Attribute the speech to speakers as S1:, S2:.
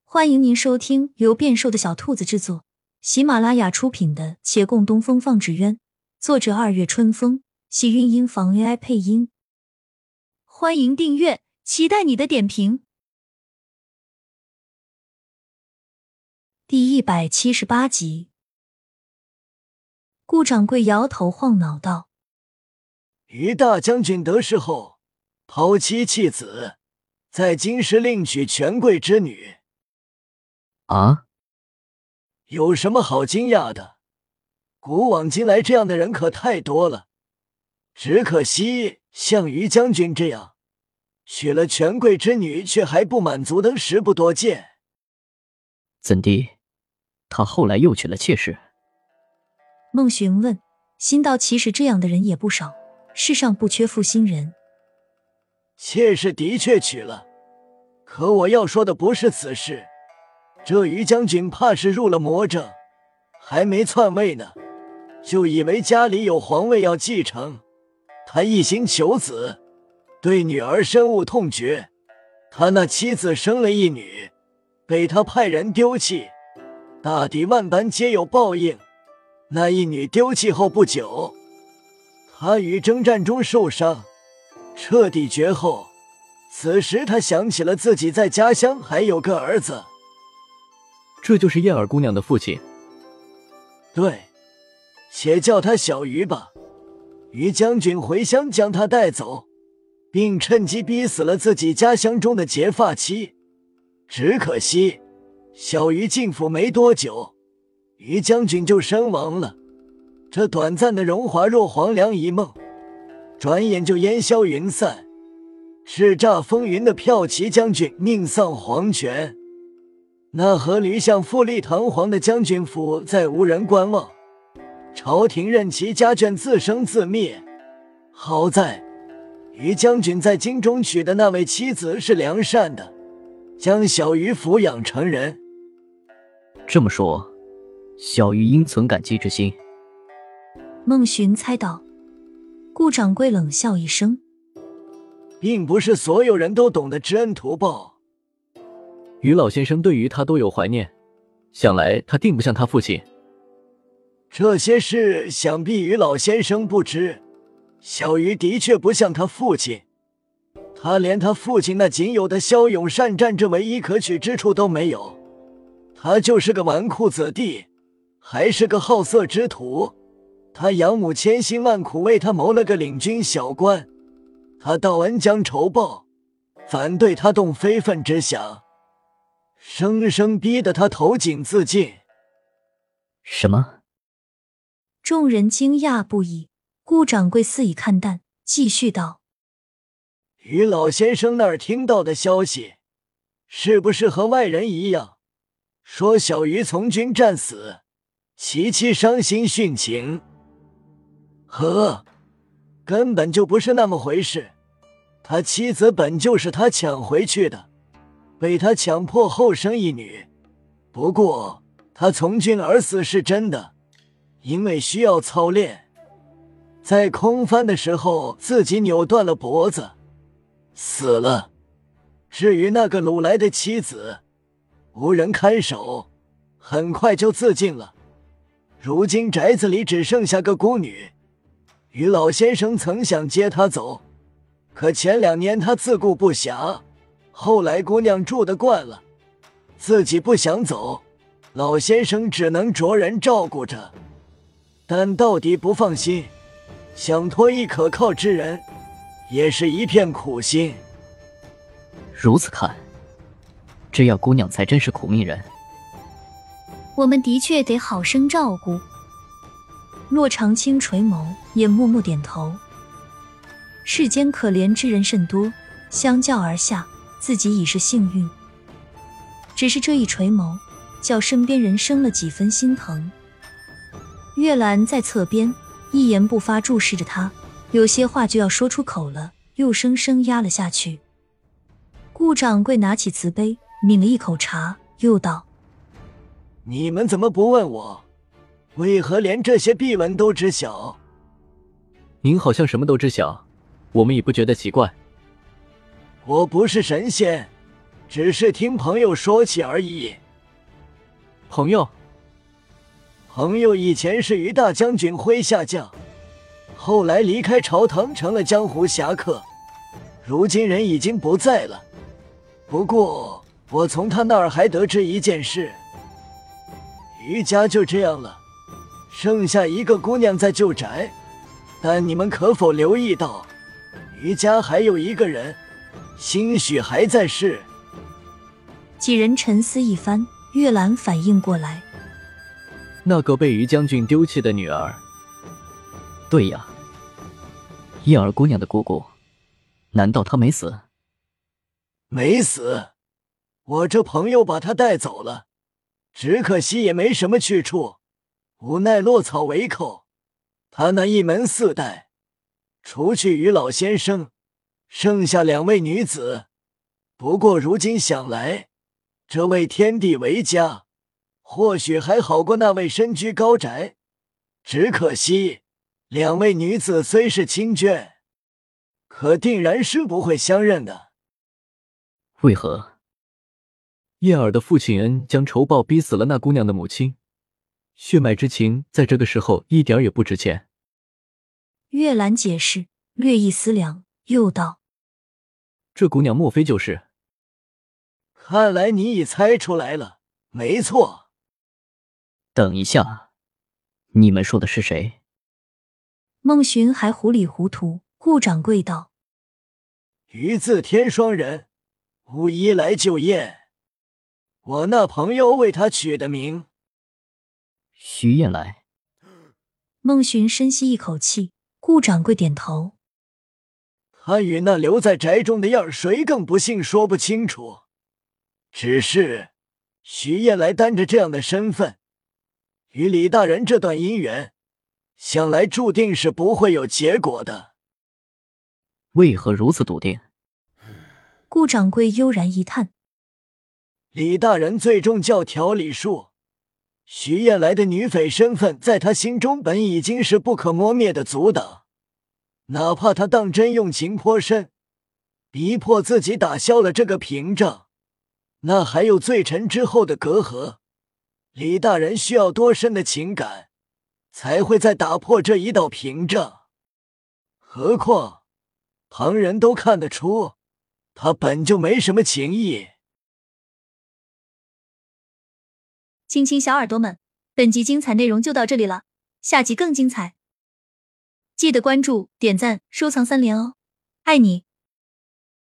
S1: 欢迎您收听由变瘦的小兔子制作，喜马拉雅出品的《且共东风放纸鸢》，作者二月春风，喜韵音房 AI 配音。欢迎订阅，期待你的点评。第178集，顾掌柜摇头晃脑道：
S2: 于大将军得势后，抛妻弃子，在京师另娶权贵之女。
S3: 啊？
S2: 有什么好惊讶的？古往今来这样的人可太多了，只可惜像于将军这样娶了权贵之女却还不满足的时不多见。
S3: 怎地？他后来又娶了妾室？
S1: 孟寻问，心道其实这样的人也不少，世上不缺负心人。
S2: 妾室的确娶了，可我要说的不是此事。这于将军怕是入了魔怔，还没篡位呢，就以为家里有皇位要继承。他一心求子，对女儿深恶痛绝。他那妻子生了一女，被他派人丢弃，大抵万般皆有报应。那一女丢弃后不久，他于征战中受伤，彻底绝后。此时他想起了自己在家乡还有个儿子。
S3: 这就是燕儿姑娘的父亲？
S2: 对，且叫他小于吧。于将军回乡将他带走，并趁机逼死了自己家乡中的结发妻。只可惜小于进府没多久，于将军就身亡了。这短暂的荣华若黄粱一梦，转眼就烟消云散。叱咤风云的骠骑将军命丧黄泉，那和驴相富丽堂皇的将军府再无人观望，朝廷任其家眷自生自灭。好在于将军在京中娶的那位妻子是良善的，将小鱼抚养成人。
S3: 这么说，小鱼应存感激之心。
S1: 孟寻猜道。顾掌柜冷笑一声，
S2: 并不是所有人都懂得知恩图报。
S3: 于老先生对于他都有怀念，想来他定不像他父亲。
S2: 这些事想必于老先生不知，小鱼的确不像他父亲，他连他父亲那仅有的骁勇善战这唯一可取之处都没有。他就是个纨绔子弟，还是个好色之徒。他养母千辛万苦为他谋了个领军小官，他到恩将仇报，反对他动非分之想，生生逼得他投井自尽。
S3: 什么？
S1: 众人惊讶不已，顾掌柜肆意看淡，继续道：
S2: 于老先生那儿听到的消息，是不是和外人一样，说小鱼从军战死，其妻伤心殉情？根本就不是那么回事。他妻子本就是他抢回去的，被他强迫后生一女。不过他从军而死是真的，因为需要操练，在空翻的时候自己扭断了脖子，死了。至于那个掳来的妻子，无人看守，很快就自尽了。如今宅子里只剩下个孤女，于老先生曾想接她走，可前2年他自顾不暇，后来姑娘住得惯了，自己不想走，老先生只能着人照顾着。但到底不放心，想托一可靠之人，也是一片苦心。
S3: 如此看，这样姑娘才真是苦命人。
S1: 我们的确得好生照顾。骆长青垂眸，也默默点头。世间可怜之人甚多，相较而下，自己已是幸运。只是这一垂眸，叫身边人生了几分心疼。月兰在侧边一言不发注视着他，有些话就要说出口了，又生生压了下去。顾掌柜拿起瓷杯，抿了一口茶，又道：
S2: 你们怎么不问我，为何连这些秘闻都知晓？
S3: 您好像什么都知晓，我们也不觉得奇怪。
S2: 我不是神仙， 只是听朋友说起而已。
S3: 朋友
S2: 以前是于大将军麾下将，后来离开朝堂成了江湖侠客，如今人已经不在了。不过我从他那儿还得知一件事，于家就这样了，剩下一个姑娘在旧宅，但你们可否留意到，于家还有一个人，兴许还在世。
S1: 几人沉思一番，月兰反应过来，
S3: 那个被于将军丢弃的女儿。
S4: 对呀，叶儿姑娘的姑姑，难道她没死？
S2: 没死，我这朋友把她带走了，只可惜也没什么去处，无奈落草为寇。他那一门4代，除去于老先生，剩下2位女子。不过如今想来，这位天地为家，或许还好过那位身居高宅。只可惜2位女子虽是亲眷，可定然是不会相认的。
S4: 为何？
S3: 叶儿的父亲恩将仇报逼死了那姑娘的母亲，血脉之情在这个时候一点也不值钱。
S1: 月兰解释，略一思量，又道：
S3: 这姑娘莫非就是……
S2: 看来你已猜出来了，没错。
S4: 等一下，你们说的是谁？
S1: 孟寻还糊里糊涂。顾掌柜道：
S2: 于字天霜人，巫医来就验，我那朋友为他取的名。
S4: 徐燕来。
S1: 孟寻深吸一口气，顾掌柜点头。
S2: 他与那留在宅中的燕儿谁更不幸说不清楚，只是徐燕来担着这样的身份，与李大人这段姻缘，想来注定是不会有结果的。
S4: 为何如此笃定？
S1: 顾掌柜悠然一叹，
S2: 李大人最重教条理术，徐燕来的女匪身份在他心中本已经是不可磨灭的阻挡，哪怕他当真用情颇深，逼迫自己打消了这个屏障，那还有罪臣之后的隔阂。李大人需要多深的情感，才会再打破这一道屏障？何况旁人都看得出，他本就没什么情义。
S5: 亲亲小耳朵们，本集精彩内容就到这里了，下集更精彩，记得关注、点赞、收藏3连哦，爱你。